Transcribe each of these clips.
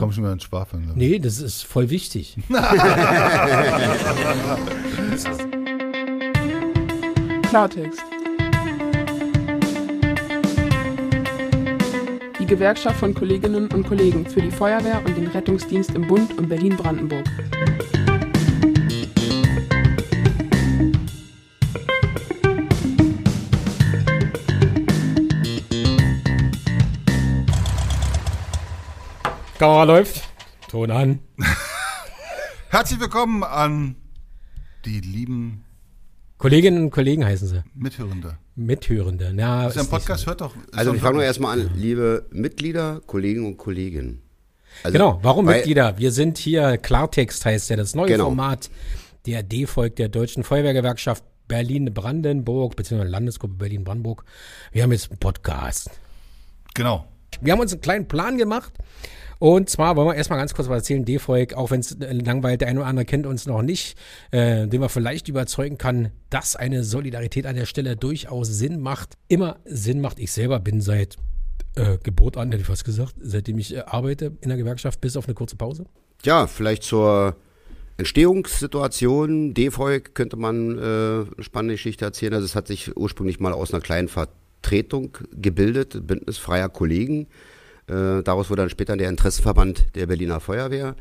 Komm schon mal ins Schwafeln. Nee, das ist voll wichtig. Klartext. Die Gewerkschaft von Kolleginnen und Kollegen für die Feuerwehr und den Rettungsdienst im Bund und Berlin-Brandenburg. Kamera läuft. Ton an. Herzlich willkommen an die lieben Kolleginnen und Kollegen heißen sie. Mithörende. Mithörende. Ja, Das ist ja ein Podcast, hört doch. Also ich fange nur erstmal an, liebe Mitglieder, Kollegen und Kolleginnen. Also, Genau, warum Mitglieder? Wir sind hier, Klartext heißt ja das neue Genau. Format der D-Volk der Deutschen Feuerwehrgewerkschaft Berlin-Brandenburg, beziehungsweise Landesgruppe Berlin-Brandenburg. Wir haben jetzt einen Podcast. Genau. Wir haben uns einen kleinen Plan gemacht. Und zwar wollen wir erstmal ganz kurz was erzählen, D-Volk, auch wenn es langweilt, der eine oder andere kennt uns noch nicht, den man vielleicht überzeugen kann, dass eine Solidarität an der Stelle durchaus Sinn macht, immer Sinn macht. Ich selber bin seit Geburt an, hätte ich fast gesagt, seitdem ich arbeite in der Gewerkschaft, bis auf eine kurze Pause. Ja, vielleicht zur Entstehungssituation, D-Volk könnte man eine spannende Geschichte erzählen. Also es hat sich ursprünglich mal aus einer kleinen Vertretung gebildet, Bündnis freier Kollegen. Daraus wurde dann später der Interessenverband der Berliner Feuerwehr.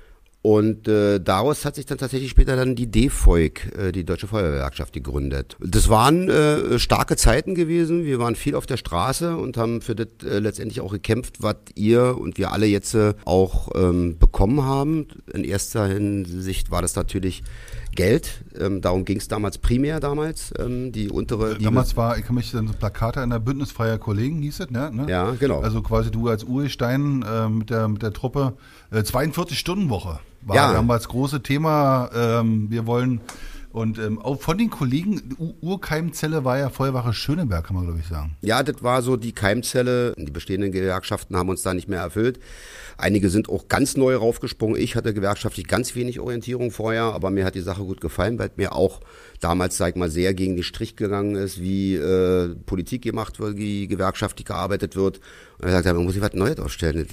Und daraus hat sich dann tatsächlich später dann die D-Volk, die Deutsche Feuerwehrgewerkschaft, gegründet. Das waren starke Zeiten gewesen. Wir waren viel auf der Straße und haben für das letztendlich auch gekämpft, was ihr und wir alle jetzt auch bekommen haben. In erster Hinsicht war das natürlich Geld. Darum ging es damals primär die untere. Damals war, ich kann mich an so Plakate an der Bündnis freier Kollegen, hieß es, ne? Ja, genau. Also quasi du als Urstein mit der Truppe 42-Stunden-Woche war Ja. damals das große Thema. Wir wollen und auch von den Kollegen, Urkeimzelle war ja Feuerwache Schöneberg, kann man glaube ich sagen. Ja, das war so die Keimzelle. Die bestehenden Gewerkschaften haben uns da nicht mehr erfüllt. Einige sind auch ganz neu raufgesprungen. Ich hatte gewerkschaftlich ganz wenig Orientierung vorher, aber mir hat die Sache gut gefallen, weil mir auch damals, sag ich mal, sehr gegen den Strich gegangen ist, wie Politik gemacht wird, wie gewerkschaftlich gearbeitet wird. Und er sagt, man muss sich was Neues aufstellen.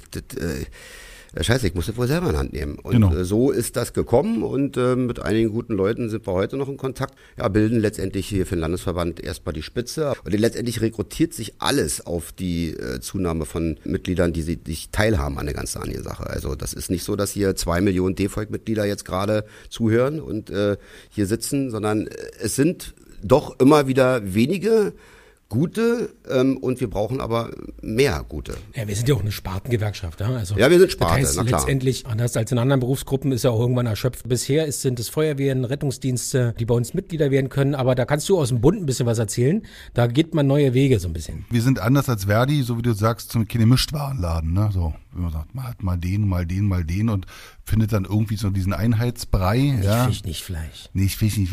Scheiße, ich muss das wohl selber in Hand nehmen. Und Genau. So ist das gekommen und mit einigen guten Leuten sind wir heute noch in Kontakt. Ja, bilden letztendlich hier für den Landesverband erstmal die Spitze. Und letztendlich rekrutiert sich alles auf die Zunahme von Mitgliedern, die sich teilhaben an der ganzen Sache. Also das ist nicht so, dass hier 2 Millionen D-Volk-Mitglieder jetzt gerade zuhören und hier sitzen, sondern es sind doch immer wieder wenige gute und wir brauchen aber mehr gute. Ja, wir sind ja auch eine Spartengewerkschaft. Ja, also, Ja, wir sind Sparte, das heißt, na klar. letztendlich, anders als in anderen Berufsgruppen, ist ja auch irgendwann erschöpft. Bisher sind es Feuerwehren, Rettungsdienste, die bei uns Mitglieder werden können, aber da kannst du aus dem Bund ein bisschen was erzählen. Da geht man neue Wege so ein bisschen. Wir sind anders als Verdi, so wie du sagst, zum keine Mischtwarenladen, ne? So, wie man sagt, man hat mal den und findet dann irgendwie so diesen Einheitsbrei. Ja? Fisch, nicht Fleisch. Nee, Fisch, nicht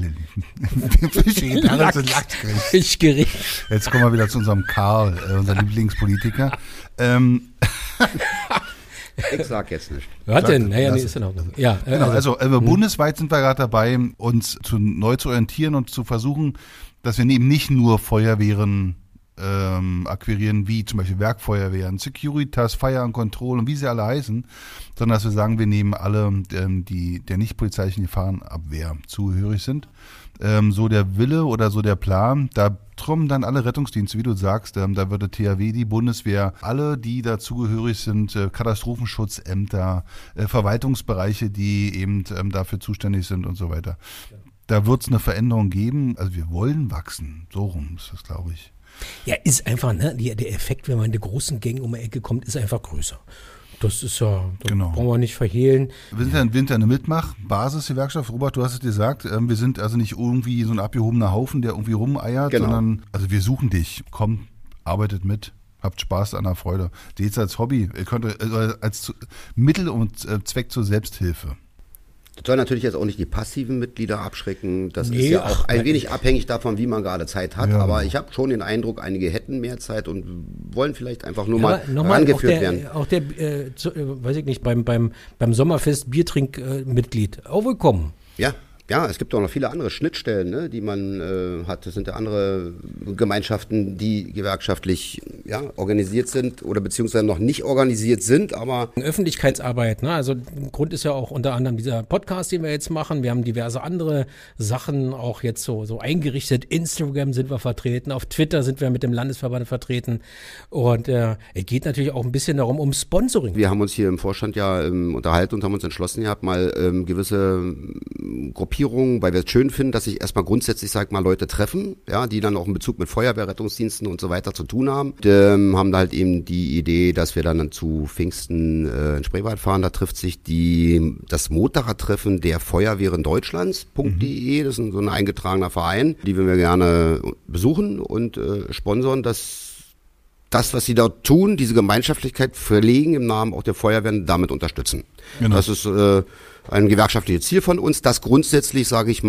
Fisch, Lachsgericht. Fischgericht. Jetzt kommen wir wieder zu unserem Karl, unser Lieblingspolitiker. Ich sag jetzt nicht. Was denn? Naja, lass nee, es. ist in Ordnung. Ja, Genau, also bundesweit sind wir gerade dabei, uns neu zu orientieren und zu versuchen, dass wir eben nicht nur Feuerwehren akquirieren, wie zum Beispiel Werkfeuerwehren, Securitas, Fire and Control und wie sie alle heißen, sondern dass wir sagen, wir nehmen alle, die der nicht polizeilichen Gefahrenabwehr zugehörig sind. So der Wille oder so der Plan, da trommen dann alle Rettungsdienste, wie du sagst, da würde THW, die Bundeswehr, alle, die dazugehörig sind, Katastrophenschutzämter, Verwaltungsbereiche, die eben dafür zuständig sind und so weiter. Da wird es eine Veränderung geben, also wir wollen wachsen, so rum ist das, glaube ich. ja, ist einfach, ne, der Effekt, wenn man in die großen Gänge um die Ecke kommt, ist einfach größer. Das ist ja, das Genau. brauchen wir nicht verhehlen. Wir sind ja im Winter eine Mitmach-Basisgewerkschaft. Robert, du hast es gesagt, wir sind also nicht irgendwie so ein abgehobener Haufen, der irgendwie rumeiert, Genau. sondern, also wir suchen dich. Komm, arbeitet mit, habt Spaß an der Freude. Seht es als Hobby, ihr könnt als Mittel und Zweck zur Selbsthilfe. Das soll natürlich jetzt auch nicht die passiven Mitglieder abschrecken. Das Nee, ist ja auch ach, ein wenig abhängig davon, wie man gerade Zeit hat. Ja. Aber ich habe schon den Eindruck, einige hätten mehr Zeit und wollen vielleicht einfach nur Ja, mal aber nochmal, rangeführt werden. Auch der weiß ich nicht, beim Sommerfest Biertrink-Mitglied. Auch willkommen. Ja, Ja, es gibt auch noch viele andere Schnittstellen, ne, die man hat. Das sind ja andere Gemeinschaften, die gewerkschaftlich organisiert sind oder beziehungsweise noch nicht organisiert sind, aber Öffentlichkeitsarbeit, ne? Also Grund ist ja auch unter anderem dieser Podcast, den wir jetzt machen. Wir haben diverse andere Sachen auch jetzt so eingerichtet. Instagram sind wir vertreten, auf Twitter sind wir mit dem Landesverband vertreten und es geht natürlich auch ein bisschen darum, um Sponsoring. Wir haben uns hier im Vorstand unterhalten und haben uns entschlossen gehabt, mal gewisse Gruppierungen, weil wir es schön finden, dass sich erstmal grundsätzlich, Leute treffen, ja, die dann auch einen Bezug mit Feuerwehr, Rettungsdiensten und so weiter zu tun haben. Haben da halt eben die Idee, dass wir dann zu Pfingsten in Spreewald fahren. Da trifft sich das Motorradtreffen der Feuerwehren Deutschlands.de. Das ist so ein eingetragener Verein, die wir gerne besuchen und sponsern, das, was sie dort tun, diese Gemeinschaftlichkeit verlegen im Namen auch der Feuerwehren, damit unterstützen. Genau. Das ist ein gewerkschaftliches Ziel von uns, das grundsätzlich,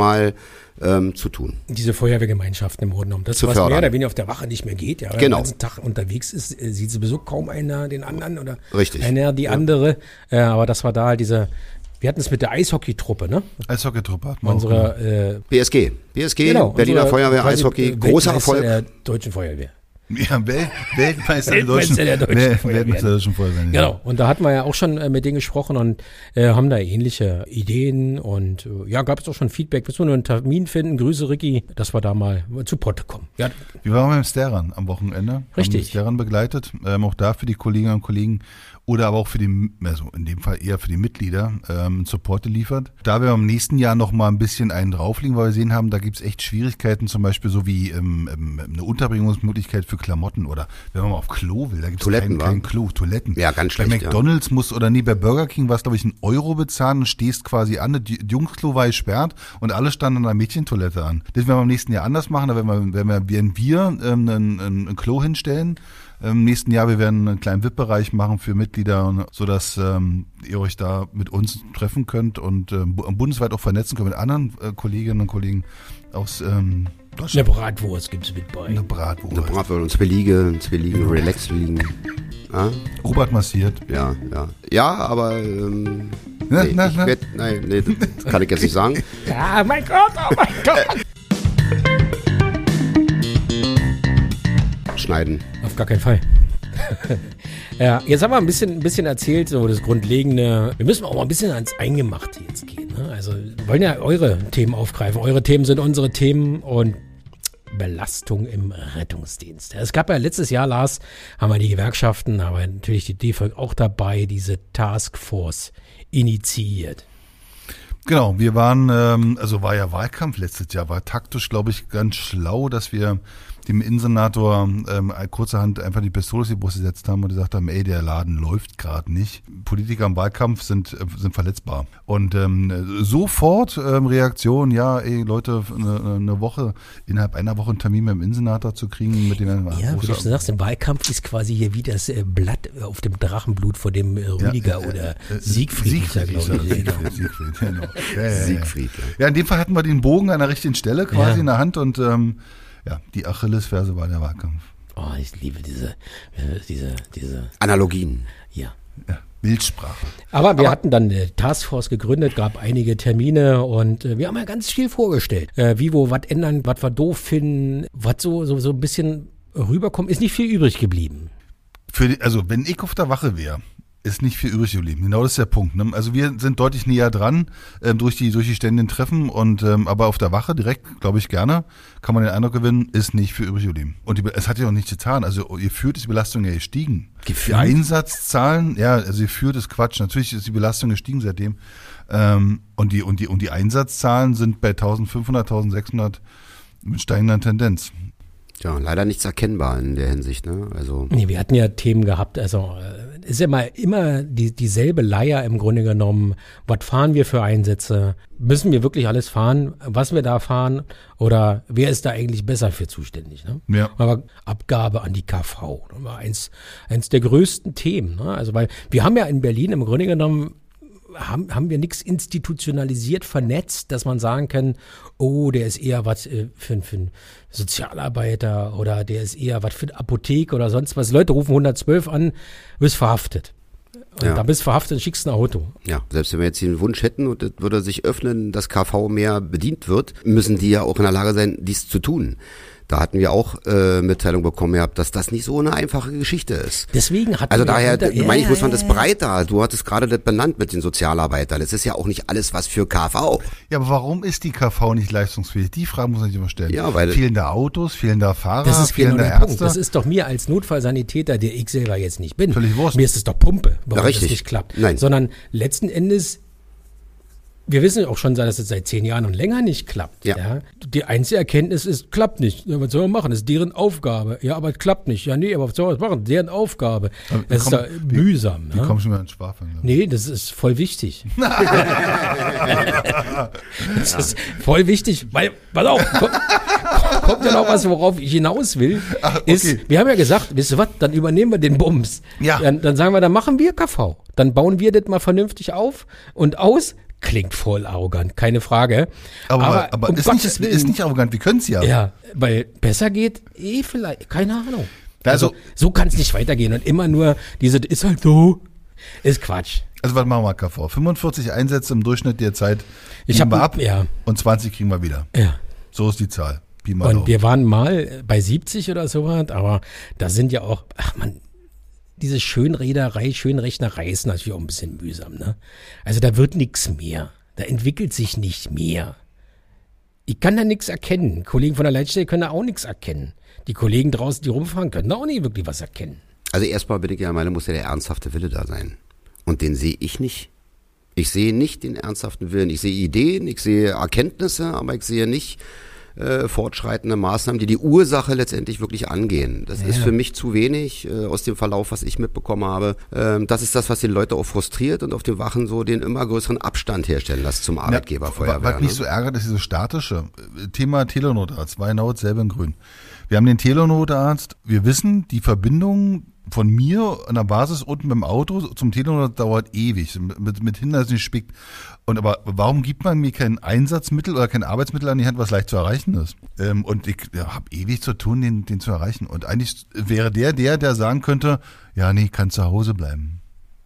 zu tun. Diese Feuerwehrgemeinschaften im Grunde genommen. Das, was mehr oder weniger auf der Wache nicht mehr geht. Ja, wenn genau. man den ganzen Tag unterwegs ist, sieht sowieso kaum einer den anderen oder richtig. Einer die andere. Aber das war da halt wir hatten es mit der Eishockeytruppe, ne? Eishockeytruppe hatten wir unsere BSG, genau, Berliner Feuerwehr, Eishockey, großer Erfolg. Der Deutschen Feuerwehr. Ja, Weltmeister der deutschen Feuerwehr. Genau, und da hatten wir ja auch schon mit denen gesprochen und haben da ähnliche Ideen und gab es auch schon Feedback. Müssen wir nur einen Termin finden. Grüße, Ricky, dass wir da mal zu Potte kommen. Ja. Wir waren beim Steran am Wochenende. Richtig. Haben Steran begleitet, auch da für die Kolleginnen und Kollegen oder aber auch für in dem Fall eher für die Mitglieder Support geliefert. Da wir im nächsten Jahr noch mal ein bisschen einen drauflegen, weil wir gesehen haben, da gibt es echt Schwierigkeiten, zum Beispiel so wie eine Unterbringungsmöglichkeit für Klamotten oder wenn man mal auf Klo will, da gibt es kein Klo, Toiletten. Ja, ganz schlecht. Bei McDonald's bei Burger King warst glaube ich €1 bezahlen und stehst quasi an, das Jungsklo war gesperrt und alle standen an der Mädchentoilette an. Das werden wir im nächsten Jahr anders machen, da werden wir ein Klo hinstellen. Im nächsten Jahr, wir werden einen kleinen VIP-Bereich machen für Mitglieder, sodass ihr euch da mit uns treffen könnt und bundesweit auch vernetzen könnt mit anderen Kolleginnen und Kollegen aus Deutschland. Eine Bratwurst gibt es mit bei. Eine Bratwurst und zwei Liegen, Relax-Liegen. Ja? Robert massiert. Ja. Ja, aber das kann ich jetzt nicht sagen. Ja, mein Gott. Schneiden. Auf gar keinen Fall. Ja, jetzt haben wir ein bisschen erzählt, so das Grundlegende. Wir müssen auch mal ein bisschen ans Eingemachte jetzt gehen. Ne? Also wir wollen ja eure Themen aufgreifen. Eure Themen sind unsere Themen und Belastung im Rettungsdienst. Es gab ja letztes Jahr, Lars, haben wir die Gewerkschaften, aber natürlich die DEFOG auch dabei, diese Taskforce initiiert. Genau, wir waren, war ja Wahlkampf letztes Jahr, war taktisch, glaube ich, ganz schlau, dass wir dem Innensenator kurzerhand einfach die Pistole auf die Brust gesetzt haben und gesagt haben, der Laden läuft gerade nicht. Politiker im Wahlkampf sind verletzbar. Und sofort Reaktion, Leute, innerhalb einer Woche einen Termin mit dem Innensenator zu kriegen, mit dem wie du sagst, im Wahlkampf ist quasi hier wie das Blatt auf dem Drachenblut vor dem Rüdiger oder Siegfried, Siegfried, genau. Siegfried. Ja, in dem Fall hatten wir den Bogen an der richtigen Stelle quasi in der Hand und die Achillesferse war der Wahlkampf. Oh, ich liebe diese Analogien. Ja. Bildsprache. Aber wir hatten dann eine Taskforce gegründet, gab einige Termine und wir haben ja ganz viel vorgestellt. Wie, wo, was ändern, was wir doof finden, was so ein bisschen rüberkommt, ist nicht viel übrig geblieben. Wenn ich auf der Wache wäre, ist nicht viel übrig geblieben. Genau das ist der Punkt. Ne? Also wir sind deutlich näher dran durch die ständigen Treffen und aber auf der Wache direkt, glaube ich gerne, kann man den Eindruck gewinnen, ist nicht viel übrig geblieben. Und es hat ja auch nichts getan. Also ihr führt, ist die Belastung ja gestiegen. Die Einsatzzahlen, ihr führt ist Quatsch. Natürlich ist die Belastung gestiegen seitdem. Und die Einsatzzahlen sind bei 1500, 1600 mit steigender Tendenz. Ja, leider nichts erkennbar in der Hinsicht, ne? Also. Nee, wir hatten ja Themen gehabt, ist ja immer dieselbe Leier im Grunde genommen. Was fahren wir für Einsätze? Müssen wir wirklich alles fahren, was wir da fahren? Oder wer ist da eigentlich besser für zuständig? Ne? Ja. Aber Abgabe an die KV, das war eins der größten Themen. Ne? Also weil wir haben ja in Berlin im Grunde genommen haben wir nichts institutionalisiert, vernetzt, dass man sagen kann, der ist eher was für einen Sozialarbeiter oder der ist eher was für eine Apotheke oder sonst was. Leute rufen 112 an, wirst verhaftet. Und da bist du verhaftet und schickst ein Auto. Ja, selbst wenn wir jetzt den Wunsch hätten und das würde sich öffnen, dass KV mehr bedient wird, müssen die ja auch in der Lage sein, dies zu tun. Da hatten wir auch Mitteilung bekommen gehabt, dass das nicht so eine einfache Geschichte ist. Deswegen hat also daher, meine ich, muss man das breiter. Du hattest gerade das benannt mit den Sozialarbeitern. Das ist ja auch nicht alles was für KV. Ja, aber warum ist die KV nicht leistungsfähig? Die Frage muss man sich immer stellen. Ja, weil fehlen da Autos, fehlen da Fahrer, das ist fehlen da der Ärzte? Punkt. Das ist doch mir als Notfallsanitäter, der ich selber jetzt nicht bin. Völlig wurscht. Mir ist es doch Pumpe, warum richtig. das nicht klappt. Nein. Sondern letzten Endes, wir wissen auch schon, dass es seit 10 Jahren und länger nicht klappt. Ja. Ja? Die einzige Erkenntnis ist, klappt nicht. Ja, was soll man machen? Das ist deren Aufgabe. Ja, aber es klappt nicht. Ja, nee, aber was soll man machen? Deren Aufgabe. Das ist da mühsam. Die kommen schon mal ins Schwafeln. Nee, das ist voll wichtig. Das ist voll wichtig, weil, pass auf, kommt ja noch was, worauf ich hinaus will, ist, wir haben ja gesagt, wisst ihr was, dann übernehmen wir den Bums. Ja. Dann sagen wir, dann machen wir KV. Dann bauen wir das mal vernünftig auf und aus. Klingt voll arrogant, keine Frage. Aber um ist nicht arrogant, wir können es ja. Ja, weil besser geht, vielleicht, keine Ahnung. Also so kann es nicht weitergehen und immer nur diese, ist halt so, ist Quatsch. Also was machen wir KV? 45 Einsätze im Durchschnitt der Zeit Ich geben hab- wir ab ja. und 20 kriegen wir wieder. Ja. So ist die Zahl. Pi mal Und Daumen. wir waren mal bei 70 oder so was, aber da sind ja auch, diese Schönrechnerei ist natürlich auch ein bisschen mühsam, ne? Also da wird nichts mehr. Da entwickelt sich nicht mehr. Ich kann da nichts erkennen. Kollegen von der Leitstelle können da auch nichts erkennen. Die Kollegen draußen, die rumfahren, können da auch nicht wirklich was erkennen. Also erstmal bin ich ja der Meinung, muss ja der ernsthafte Wille da sein. Und den sehe ich nicht. Ich sehe nicht den ernsthaften Willen. Ich sehe Ideen, ich sehe Erkenntnisse, aber ich sehe nicht fortschreitende Maßnahmen, die die Ursache letztendlich wirklich angehen. Das ist für mich zu wenig aus dem Verlauf, was ich mitbekommen habe. Das ist das, was die Leute auch frustriert und auf den Wachen so den immer größeren Abstand herstellen lässt zum Arbeitgeber, Feuerwehr. Was mich so ärgert, ist dieses statische Thema Telenotarzt. War genau dasselbe in Grün. Wir haben den Telenotarzt. Wir wissen, die Verbindung von mir an der Basis unten beim Auto zum Telenotarzt dauert ewig, mit Hindernissen gespickt. Und aber warum gibt man mir kein Einsatzmittel oder kein Arbeitsmittel an die Hand, was leicht zu erreichen ist? Und ich habe ewig zu tun, den zu erreichen. Und eigentlich wäre der sagen könnte, ja, nee, kann zu Hause bleiben.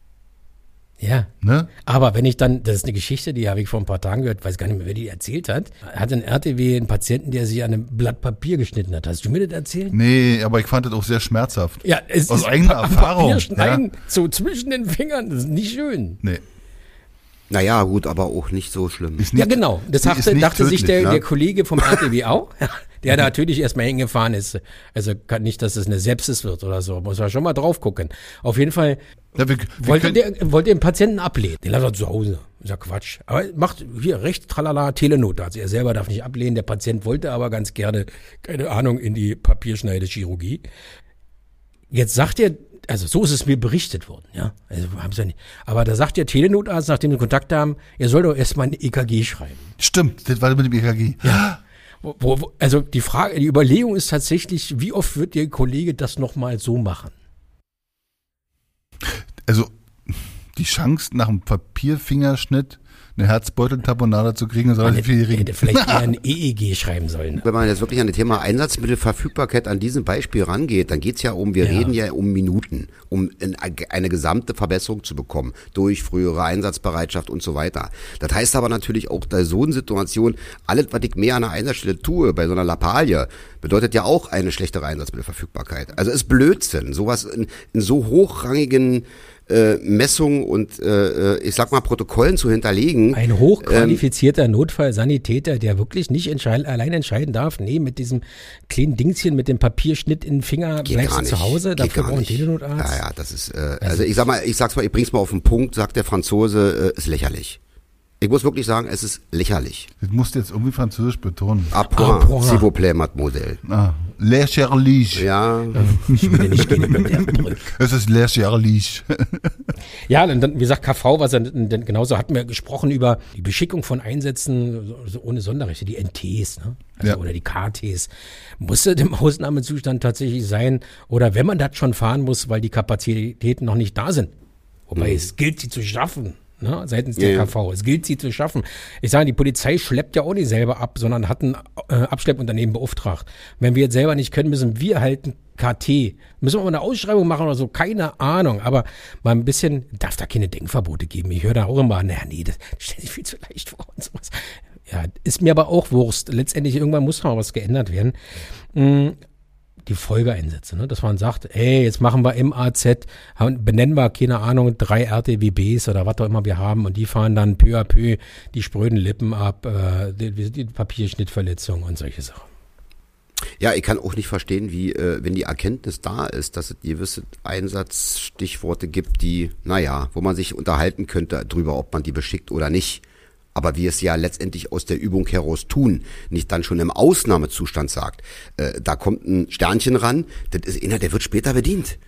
Ja. Ne? Aber wenn ich dann, das ist eine Geschichte, die habe ich vor ein paar Tagen gehört, weiß gar nicht mehr, wer die erzählt hat. Hat ein RTW einen Patienten, der sich an einem Blatt Papier geschnitten hat. Hast du mir das erzählt? Nee, aber ich fand das auch sehr schmerzhaft. Ja, es Aus ist eigener Erfahrung. Papier schneiden, so zwischen den Fingern, das ist nicht schön. Nee. Naja, gut, aber auch nicht so schlimm. Ist nicht, Ja, genau. Das ist nicht dachte sich tödlich, der ne? Kollege vom RTW auch, der natürlich erstmal hingefahren ist. Also kann nicht, dass es eine Sepsis wird oder so. Muss man schon mal drauf gucken. Auf jeden Fall Ja, wir wollte können, der den Patienten ablehnen. Den lässt er zu Hause. Ist ja Quatsch. Aber macht hier recht, tralala, Telenotarzt. Er selber darf nicht ablehnen. Der Patient wollte aber ganz gerne, keine Ahnung, in die Papierschneidechirurgie. Jetzt sagt er, also so ist es mir berichtet worden, ja. Also haben sie ja nicht. Aber da sagt der Telenotarzt, nachdem wir Kontakt haben, er soll doch erstmal ein EKG schreiben. stimmt, das war mit dem EKG. Ja. Also die Frage, die Überlegung ist tatsächlich, wie oft wird der Kollege das nochmal so machen? Also die Chance nach einem Papierfingerschnitt eine Herzbeuteltaponade zu kriegen, ist relativ viel gering. Hätte vielleicht eher ein EEG schreiben sollen. Wenn man jetzt wirklich an das Thema Einsatzmittelverfügbarkeit an diesem Beispiel rangeht, dann geht's ja wir reden ja um Minuten, um eine gesamte Verbesserung zu bekommen durch frühere Einsatzbereitschaft und so weiter. Das heißt aber natürlich auch bei so einer Situation, alles, was ich mehr an einer Einsatzstelle tue, bei so einer Lappalie, bedeutet ja auch eine schlechtere Einsatzmittelverfügbarkeit. Also ist Blödsinn, sowas in so hochrangigen Messungen und ich sag mal Protokollen zu hinterlegen. Ein hochqualifizierter Notfallsanitäter, der wirklich nicht allein entscheiden darf, nee, mit diesem kleinen Dingschen, mit dem Papierschnitt in den Finger, bleibst du zu Hause, dafür braucht ein Telenotarzt. Ja, das ist, also ich sag's mal, ich bring's mal auf den Punkt, sagt der Franzose, ist lächerlich. Ich muss wirklich sagen, es ist lächerlich. Das musst du jetzt irgendwie französisch betonen. À point, s'il vous plaît, mademoiselle. Lächerlich. Ja, Ich will nicht gehen über der Brücke. Es ist lächerlich. Ja, und dann, wie gesagt, KV, was er denn genauso hatten wir gesprochen über die Beschickung von Einsätzen so ohne Sonderrechte, die NTs, ne? Also, Ja. oder die KTs. Muss es im Ausnahmezustand tatsächlich sein? Oder wenn man das schon fahren muss, weil die Kapazitäten noch nicht da sind. Wobei es gilt, sie zu schaffen. ne, seitens der KV. Es gilt, sie zu schaffen. Ich sage, die Polizei schleppt ja auch nicht selber ab, sondern hat ein Abschleppunternehmen beauftragt. Wenn wir jetzt selber nicht können, müssen wir halt ein KT. Müssen wir mal eine Ausschreibung machen oder so, keine Ahnung. Aber mal ein bisschen, darf da keine Denkverbote geben. Ich höre da auch immer, nee, das stellt sich viel zu leicht vor und sowas. Ja, ist mir aber auch Wurst. Letztendlich, irgendwann muss mal was geändert werden. Die Folgeeinsätze, ne? Dass man sagt, jetzt machen wir im AZ, benennen wir, keine Ahnung, 3 RTWBs oder was auch immer wir haben und die fahren dann peu à peu die spröden Lippen ab, die Papierschnittverletzung und solche Sachen. Ja, ich kann auch nicht verstehen, wie, wenn die Erkenntnis da ist, dass es gewisse Einsatzstichworte gibt, die, wo man sich unterhalten könnte drüber, ob man die beschickt oder nicht. Aber wir es ja letztendlich aus der Übung heraus tun, nicht dann schon im Ausnahmezustand sagt, da kommt ein Sternchen ran, das ist einer, der wird später bedient.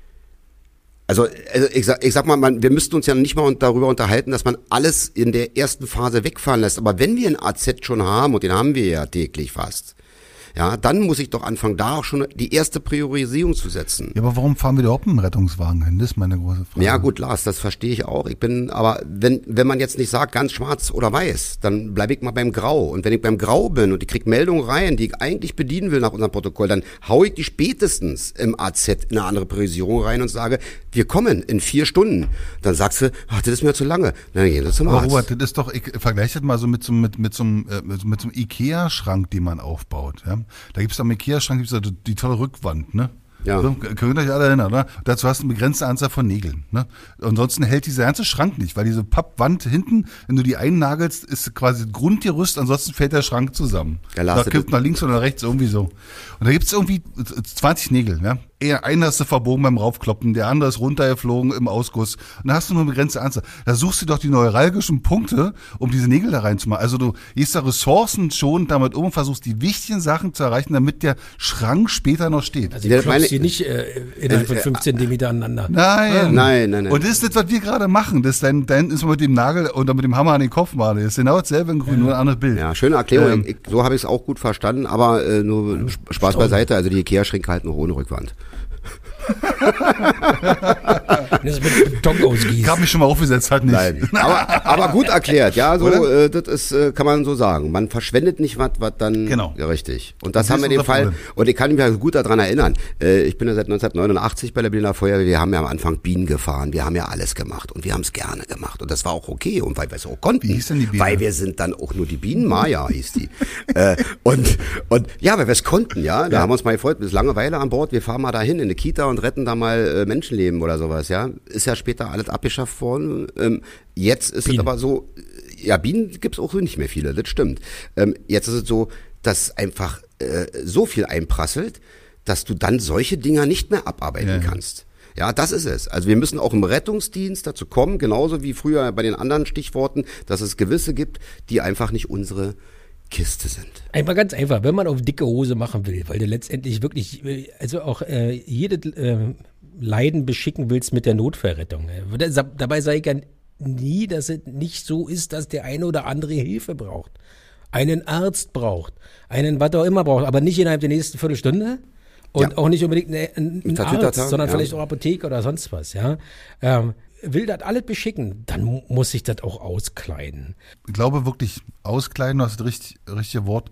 Also ich sag mal, wir müssten uns ja nicht mal darüber unterhalten, dass man alles in der ersten Phase wegfahren lässt. Aber wenn wir einen AZ schon haben, und den haben wir ja täglich fast, ja, dann muss ich doch anfangen, da auch schon die erste Priorisierung zu setzen. Ja, aber warum fahren wir überhaupt mit dem Rettungswagen hin? Das ist meine große Frage. Ja gut, Lars, das verstehe ich auch. Aber wenn man jetzt nicht sagt, ganz schwarz oder weiß, dann bleibe ich mal beim Grau. Und wenn ich beim Grau bin und ich krieg Meldungen rein, die ich eigentlich bedienen will nach unserem Protokoll, dann hau ich die spätestens im AZ in eine andere Priorisierung rein und sage, wir kommen in 4 Stunden. Dann sagst du, das ist mir zu lange. Dann gehen wir zum Arzt. Aber Robert, das ist doch, ich vergleiche das mal so mit so einem Ikea-Schrank, den man aufbaut, ja. Da gibt's am Ikea-Schrank die tolle Rückwand, ne? Ja. So, könnt ihr euch alle erinnern, oder? Dazu hast du eine begrenzte Anzahl von Nägeln, ne? Ansonsten hält dieser ganze Schrank nicht, weil diese Pappwand hinten, wenn du die einnagelst, ist quasi Grundgerüst, ansonsten fällt der Schrank zusammen. Da kippt nach links oder nach rechts irgendwie so. Und da gibt's irgendwie 20 Nägel, ja? Einer hast du verbogen beim Raufkloppen, der andere ist runtergeflogen im Ausguss. Und da hast du nur eine begrenzte Anzahl. Da suchst du doch die neuralgischen Punkte, um diese Nägel da reinzumachen. Also du gehst da Ressourcen schon damit um und versuchst die wichtigen Sachen zu erreichen, damit der Schrank später noch steht. Also du klopfst hier nicht innerhalb von 5 Zentimeter aneinander. Nein. Und das ist das, was wir gerade machen. Das ist dein ist man mit dem Nagel oder mit dem Hammer an den Kopf malen. Das ist genau dasselbe in Grün, nur ein anderes Bild. Ja, schöne Erklärung. So habe ich es auch gut verstanden, aber nur Spaß beiseite. Also die Ikea-Schränke halten noch ohne Rückwand. Das mit Beton ausgießen. Ich habe mich schon mal aufgesetzt, halt nicht. Nein. Aber gut erklärt, ja, so das ist, kann man so sagen. Man verschwendet nicht was dann ja, richtig. Und das haben wir in dem Fall, und ich kann mich ja gut daran erinnern, ich bin ja seit 1989 bei der Berliner Feuerwehr, wir haben ja am Anfang Bienen gefahren, wir haben ja alles gemacht und wir haben es gerne gemacht und das war auch okay und weil wir es auch konnten. Wie hieß denn die Biene? Weil wir sind dann auch nur die Bienen, Maya hieß die. und ja, weil wir es konnten, ja, da haben wir uns mal gefreut, bis Langeweile an Bord, wir fahren mal dahin in eine Kita und retten da mal Menschenleben oder sowas, ja. Ist ja später alles abgeschafft worden. Jetzt ist es aber so, ja, Bienen gibt's auch so nicht mehr viele, das stimmt. Jetzt ist es so, dass einfach so viel einprasselt, dass du dann solche Dinger nicht mehr abarbeiten kannst. Ja, das ist es. Also wir müssen auch im Rettungsdienst dazu kommen, genauso wie früher bei den anderen Stichworten, dass es gewisse gibt, die einfach nicht unsere Kiste sind. Einfach ganz einfach, wenn man auf dicke Hose machen will, weil du letztendlich wirklich, also auch jede Leiden beschicken willst mit der Notfallrettung. Dabei sage ich ja nie, dass es nicht so ist, dass der eine oder andere Hilfe braucht. Einen Arzt braucht, einen was auch immer braucht, aber nicht innerhalb der nächsten Viertelstunde und auch nicht unbedingt einen Arzt, sondern vielleicht auch Apotheke oder sonst was, ja. Will das alles beschicken, dann muss sich das auch auskleiden. Ich glaube wirklich, auskleiden, das ist das richtige Wort.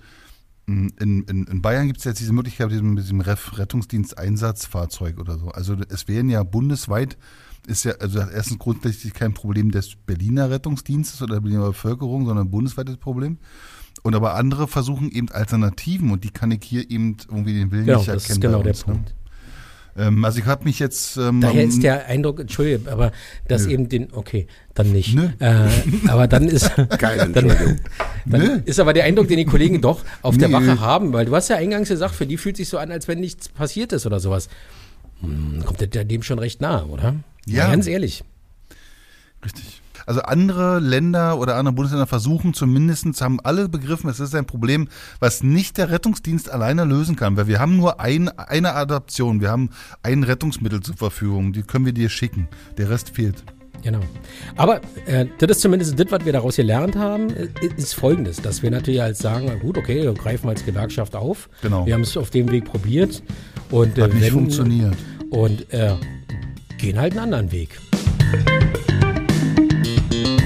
In Bayern gibt es jetzt diese Möglichkeit mit diesem Rettungsdienst-Einsatzfahrzeug oder so. Also es wären ja bundesweit, ist ja also erstens grundsätzlich kein Problem des Berliner Rettungsdienstes oder der Berliner Bevölkerung, sondern ein bundesweites Problem. Und aber andere versuchen eben Alternativen und die kann ich hier eben irgendwie den Willen nicht erkennen. Das ist genau der Punkt. Also ich habe mich jetzt... Daher ist der Eindruck, Entschuldige, aber dass eben okay, dann nicht. Aber dann ist... Keine Entschuldigung. Dann ist aber der Eindruck, den die Kollegen doch auf der Wache haben, weil du hast ja eingangs gesagt, für die fühlt sich so an, als wenn nichts passiert ist oder sowas. Kommt der dem schon recht nahe, oder? Ja. Ganz ehrlich. Richtig. Also andere Länder oder andere Bundesländer versuchen zumindest, haben alle begriffen, es ist ein Problem, was nicht der Rettungsdienst alleine lösen kann, weil wir haben nur eine Adaption, wir haben ein Rettungsmittel zur Verfügung, die können wir dir schicken, der Rest fehlt. Genau. Aber das ist zumindest das, was wir daraus gelernt haben, ist Folgendes, dass wir natürlich halt sagen, gut, okay, wir greifen als Gewerkschaft auf. Genau. Wir haben es auf dem Weg probiert. Und hat nicht funktioniert. Und gehen halt einen anderen Weg.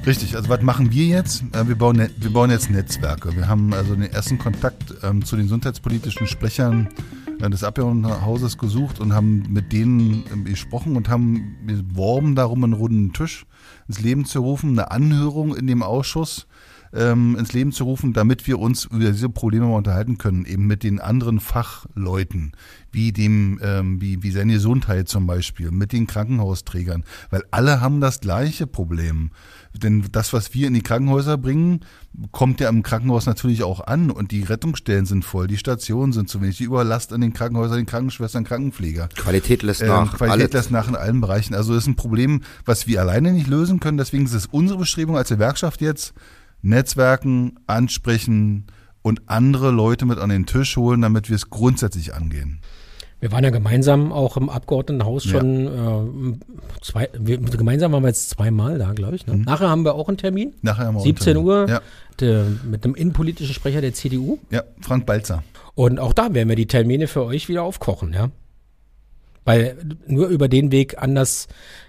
Richtig, also was machen wir jetzt? Wir bauen jetzt Netzwerke. Wir haben also den ersten Kontakt zu den gesundheitspolitischen Sprechern des Abgeordnetenhauses gesucht und haben mit denen gesprochen und haben beworben darum, einen runden Tisch ins Leben zu rufen, eine Anhörung in dem Ausschuss ins Leben zu rufen, damit wir uns über diese Probleme mal unterhalten können, eben mit den anderen Fachleuten, wie wie seine Gesundheit zum Beispiel, mit den Krankenhausträgern, weil alle haben das gleiche Problem. Denn das, was wir in die Krankenhäuser bringen, kommt ja im Krankenhaus natürlich auch an und die Rettungsstellen sind voll, die Stationen sind zu wenig, die Überlast an den Krankenhäusern, den Krankenschwestern, Krankenpfleger. Qualität lässt nach. Qualität lässt nach in allen Bereichen. Also das ist ein Problem, was wir alleine nicht lösen können. Deswegen ist es unsere Bestrebung als Gewerkschaft jetzt, Netzwerken, ansprechen und andere Leute mit an den Tisch holen, damit wir es grundsätzlich angehen. Wir waren ja gemeinsam auch im Abgeordnetenhaus schon gemeinsam waren wir jetzt 2-mal da, glaube ich. Ne? Nachher haben wir auch einen Termin. Nachher haben wir 17 Uhr ja. Mit einem innenpolitischen Sprecher der CDU. Ja, Frank Balzer. Und auch da werden wir die Termine für euch wieder aufkochen, ja. Weil nur über den Weg anders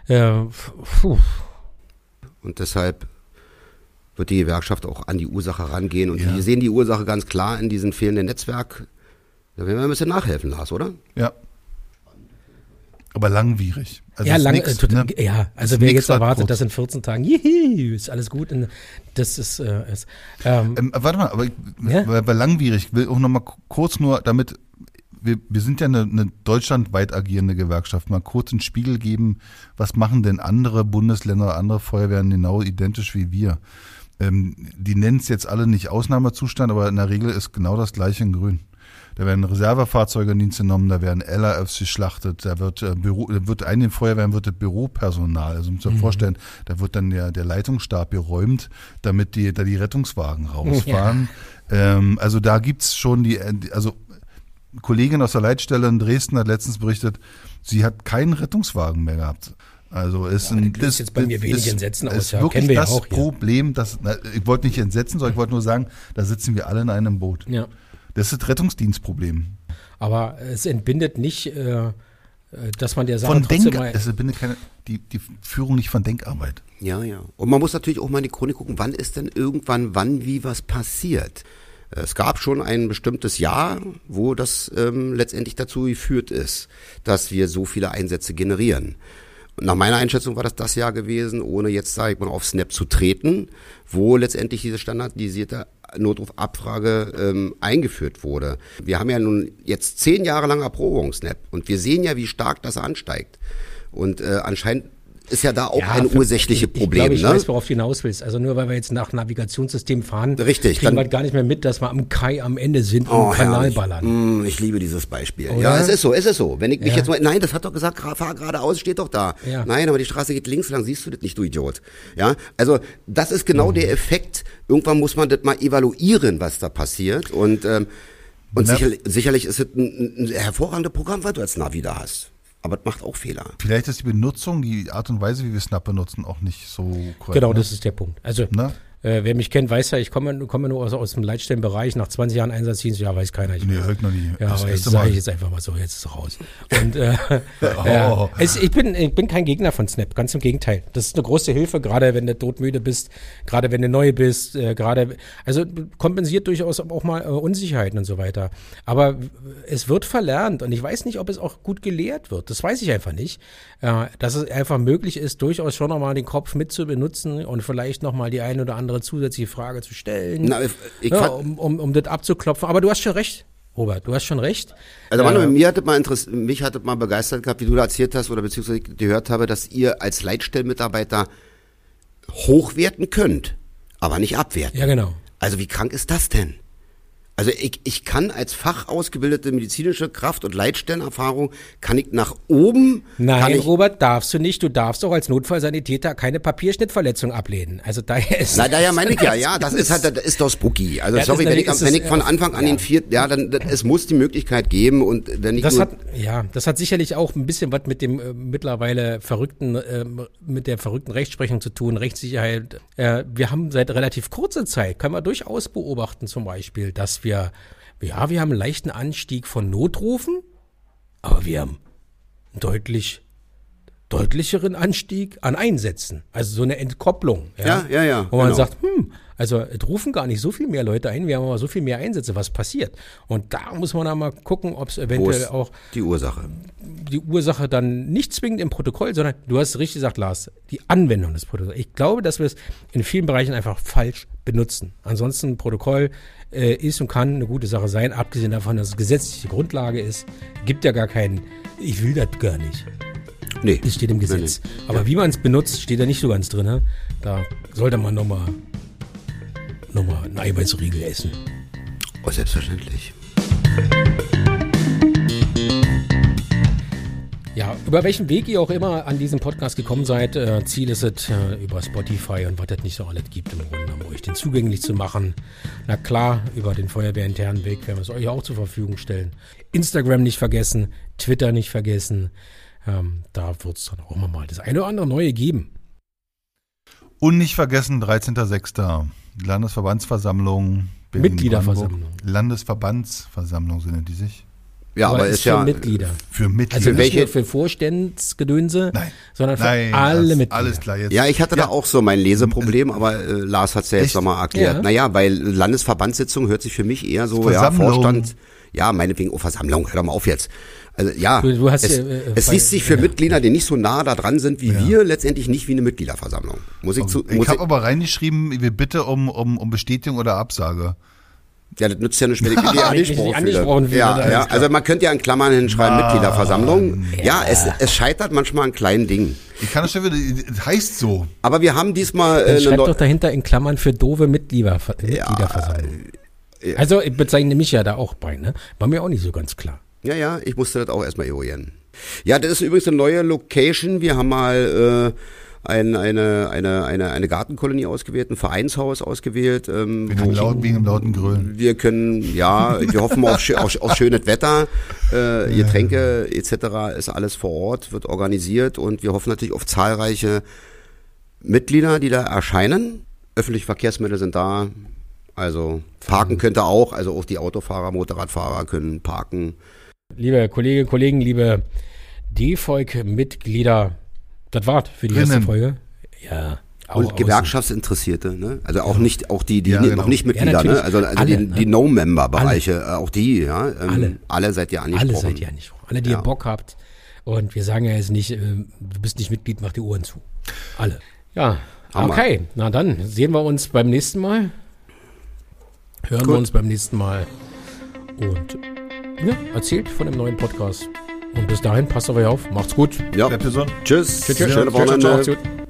Und deshalb wird die Gewerkschaft auch an die Ursache rangehen. Und wir sehen die Ursache ganz klar in diesem fehlenden Netzwerk. Da werden wir ein bisschen nachhelfen, Lars, oder? Ja. Aber langwierig. Also ja, ist wer jetzt erwartet, dass in 14 Tagen, ist alles gut. Das ist, warte mal, aber bei langwierig, ich will auch noch mal kurz nur damit, wir sind ja eine deutschlandweit agierende Gewerkschaft, mal kurz einen Spiegel geben, was machen denn andere Bundesländer, andere Feuerwehren genau identisch wie wir? Die nennen es jetzt alle nicht Ausnahmezustand, aber in der Regel ist genau das Gleiche in Grün. Da werden Reservefahrzeuge in Dienst genommen, da werden LRFs geschlachtet, da wird in den Feuerwehren wird das Büropersonal, also muss man sich vorstellen, da wird dann der Leitungsstab geräumt, damit da die Rettungswagen rausfahren. Ja. Also da gibt's schon also Kollegin aus der Leitstelle in Dresden hat letztens berichtet, sie hat keinen Rettungswagen mehr gehabt. Also das jetzt bei mir wenig entsetzen aus. Ist wirklich das auch, Problem, ich wollte nicht entsetzen, sondern ich wollte nur sagen, da sitzen wir alle in einem Boot. Ja. Das ist das Rettungsdienstproblem. Aber es entbindet nicht, dass man der Sache von es entbindet die Führung nicht von Denkarbeit. Ja, ja. Und man muss natürlich auch mal in die Chronik gucken, wann ist denn irgendwann, wie was passiert. Es gab schon ein bestimmtes Jahr, wo das letztendlich dazu geführt ist, dass wir so viele Einsätze generieren. Und nach meiner Einschätzung war das Jahr gewesen, ohne jetzt, sage ich mal, auf Snap zu treten, wo letztendlich diese standardisierte Notrufabfrage eingeführt wurde. Wir haben ja nun jetzt 10 Jahre lang Erprobung Snap und wir sehen ja, wie stark das ansteigt. Und anscheinend ist ja da auch ein ursächliche Problem. Ich weiß, worauf du hinaus willst. Also nur weil wir jetzt nach Navigationssystem fahren, richtig, kriegen wir gar nicht mehr mit, dass wir am Kai am Ende sind und im Kanal ballern. Ich liebe dieses Beispiel. Oder? Ja, es ist so. Wenn ich mich jetzt mal, nein, das hat doch gesagt, fahr geradeaus, steht doch da. Ja. Nein, aber die Straße geht links lang, siehst du das nicht, du Idiot. Ja, also das ist genau der Effekt. Irgendwann muss man das mal evaluieren, was da passiert. Und sicherlich ist es ein hervorragendes Programm, was du als Navi da hast. Aber das macht auch Fehler. Vielleicht ist die Benutzung, die Art und Weise, wie wir Snap benutzen, auch nicht so korrekt. Genau, das ist der Punkt. Also, wer mich kennt, weiß ja, ich komme nur aus dem Leitstellenbereich. Nach 20 Jahren Einsatzdienst, weiß keiner. Hört noch nie. Ja, aber jetzt sage ich jetzt einfach mal so, jetzt ist es raus. Und ich bin kein Gegner von Snap, ganz im Gegenteil. Das ist eine große Hilfe, gerade wenn du todmüde bist, gerade wenn du neu bist, also kompensiert durchaus auch mal Unsicherheiten und so weiter. Aber es wird verlernt und ich weiß nicht, ob es auch gut gelehrt wird. Das weiß ich einfach nicht. Dass es einfach möglich ist, durchaus schon nochmal den Kopf mit zu benutzen und vielleicht nochmal die eine oder andere zusätzliche Frage zu stellen, um das abzuklopfen. Aber du hast schon recht, Robert, du hast schon recht. Also mich hat es mal begeistert gehabt, wie du da erzählt hast oder beziehungsweise gehört habe, dass ihr als Leitstellenmitarbeiter hochwerten könnt, aber nicht abwerten. Ja, genau. Also wie krank ist das denn? Also ich kann als fachausgebildete medizinische Kraft- und Leitstellenerfahrung, kann ich nach oben... Nein, Robert, darfst du nicht. Du darfst auch als Notfallsanitäter keine Papierschnittverletzung ablehnen. Also daher ist... daher meine ich das ist doch spooky. Also ja, sorry, wenn ich von Anfang an dann es muss die Möglichkeit geben und wenn ich das hat sicherlich auch ein bisschen was mit dem mittlerweile mit der verrückten Rechtsprechung zu tun, Rechtssicherheit. Wir haben seit relativ kurzer Zeit, können wir durchaus beobachten zum Beispiel, dass wir haben einen leichten Anstieg von Notrufen, aber wir haben einen deutlich deutlicheren Anstieg an Einsätzen. Also so eine Entkopplung. Ja, Wo man genau. sagt, also es rufen gar nicht so viel mehr Leute ein, wir haben aber so viel mehr Einsätze, was passiert? Und da muss man dann mal gucken, ob es Wo eventuell ist auch die Ursache? die Ursache dann nicht zwingend im Protokoll, sondern du hast richtig gesagt, Lars, die Anwendung des Protokolls. Ich glaube, dass wir es in vielen Bereichen einfach falsch benutzen. Ansonsten Protokoll ist und kann eine gute Sache sein, abgesehen davon, dass es gesetzliche Grundlage ist, gibt ja gar keinen, ich will das gar nicht. Nee. Das steht im Gesetz. Aber wie man es benutzt, steht da nicht so ganz drin. Ne? Da sollte man nochmal einen Eiweißriegel essen. Oh, selbstverständlich. Ja, über welchen Weg ihr auch immer an diesen Podcast gekommen seid, Ziel ist es, über Spotify und was es nicht so alles gibt, im Grunde genommen euch den zugänglich zu machen. Na klar, über den feuerwehrinternen Weg werden wir es euch auch zur Verfügung stellen. Instagram nicht vergessen, Twitter nicht vergessen. Da wird es dann auch immer mal das eine oder andere Neue geben. Und nicht vergessen, 13.06. Landesverbandsversammlung. Mitgliederversammlung. Landesverbandsversammlung sind die sich. Ja, aber ist für ja Mitglieder. Für Mitglieder. Also nicht welche- nur für Vorstandsgedönse, Nein. sondern für Nein, alle das- Mitglieder. Alles klar jetzt. Ja, ich hatte da auch so mein Leseproblem, aber Lars hat es ja jetzt Echt? nochmal erklärt. Ja. Naja, weil Landesverbandssitzung hört sich für mich eher so, Versammlung. Vorstand, meinetwegen, Versammlung, hör doch mal auf jetzt. Also ja, Du hast es, ja, es liest sich für Mitglieder, die nicht so nah da dran sind wie wir, letztendlich nicht wie eine Mitgliederversammlung. Ich habe aber reingeschrieben, wir bitte um Bestätigung oder Absage. Ja, das nützt ja nicht, wenn ich die angesprochen angesprochen fühle. fühle, Ja, da ja, ist also man könnte ja in Klammern hinschreiben, Mitgliederversammlung. Ja, es scheitert manchmal an kleinen Dingen. Ich kann das schon wieder, das heißt so. Aber wir haben diesmal Dann schreibt neu- doch dahinter in Klammern für doofe Mitgliederversammlung. Also ich bezeichne mich ja da auch bei, ne? War mir auch nicht so ganz klar. Ja, ich musste das auch erstmal eruieren. Ja, das ist übrigens eine neue Location. Wir haben mal eine Gartenkolonie ausgewählt, ein Vereinshaus ausgewählt. Wegen dem lauten Grölen. Wir können, wir hoffen auf schönes Wetter, Getränke etc. ist alles vor Ort, wird organisiert und wir hoffen natürlich auf zahlreiche Mitglieder, die da erscheinen. Öffentliche Verkehrsmittel sind da, also parken könnte auch, also auch die Autofahrer, Motorradfahrer können parken. Liebe Kolleginnen und Kollegen, liebe DEFOLG-Mitglieder, das war's für die erste Drinnen. Folge. Ja. Und Gewerkschaftsinteressierte, ne? Also auch nicht, auch die Ja, noch genau. nicht Mitglieder, Ja, ne? natürlich. Also Alle, die, ne? die No-Member-Bereiche, auch die, ja. Alle. Alle seid ihr angesprochen. Alle seid ihr angesprochen. Alle, die ihr Bock habt. Und wir sagen ja jetzt nicht, du bist nicht Mitglied, mach die Ohren zu. Alle. Ja, Hammer. okay. Na dann, sehen wir uns beim nächsten Mal. Hören wir uns beim nächsten Mal. Und ja, erzählt von dem neuen Podcast. Und bis dahin, passt auf euch auf. Macht's gut. Ja. Bleibt gesund. Tschüss. Tschüss. Schöne Ciao, ciao, Wochenende. ciao. Macht's gut.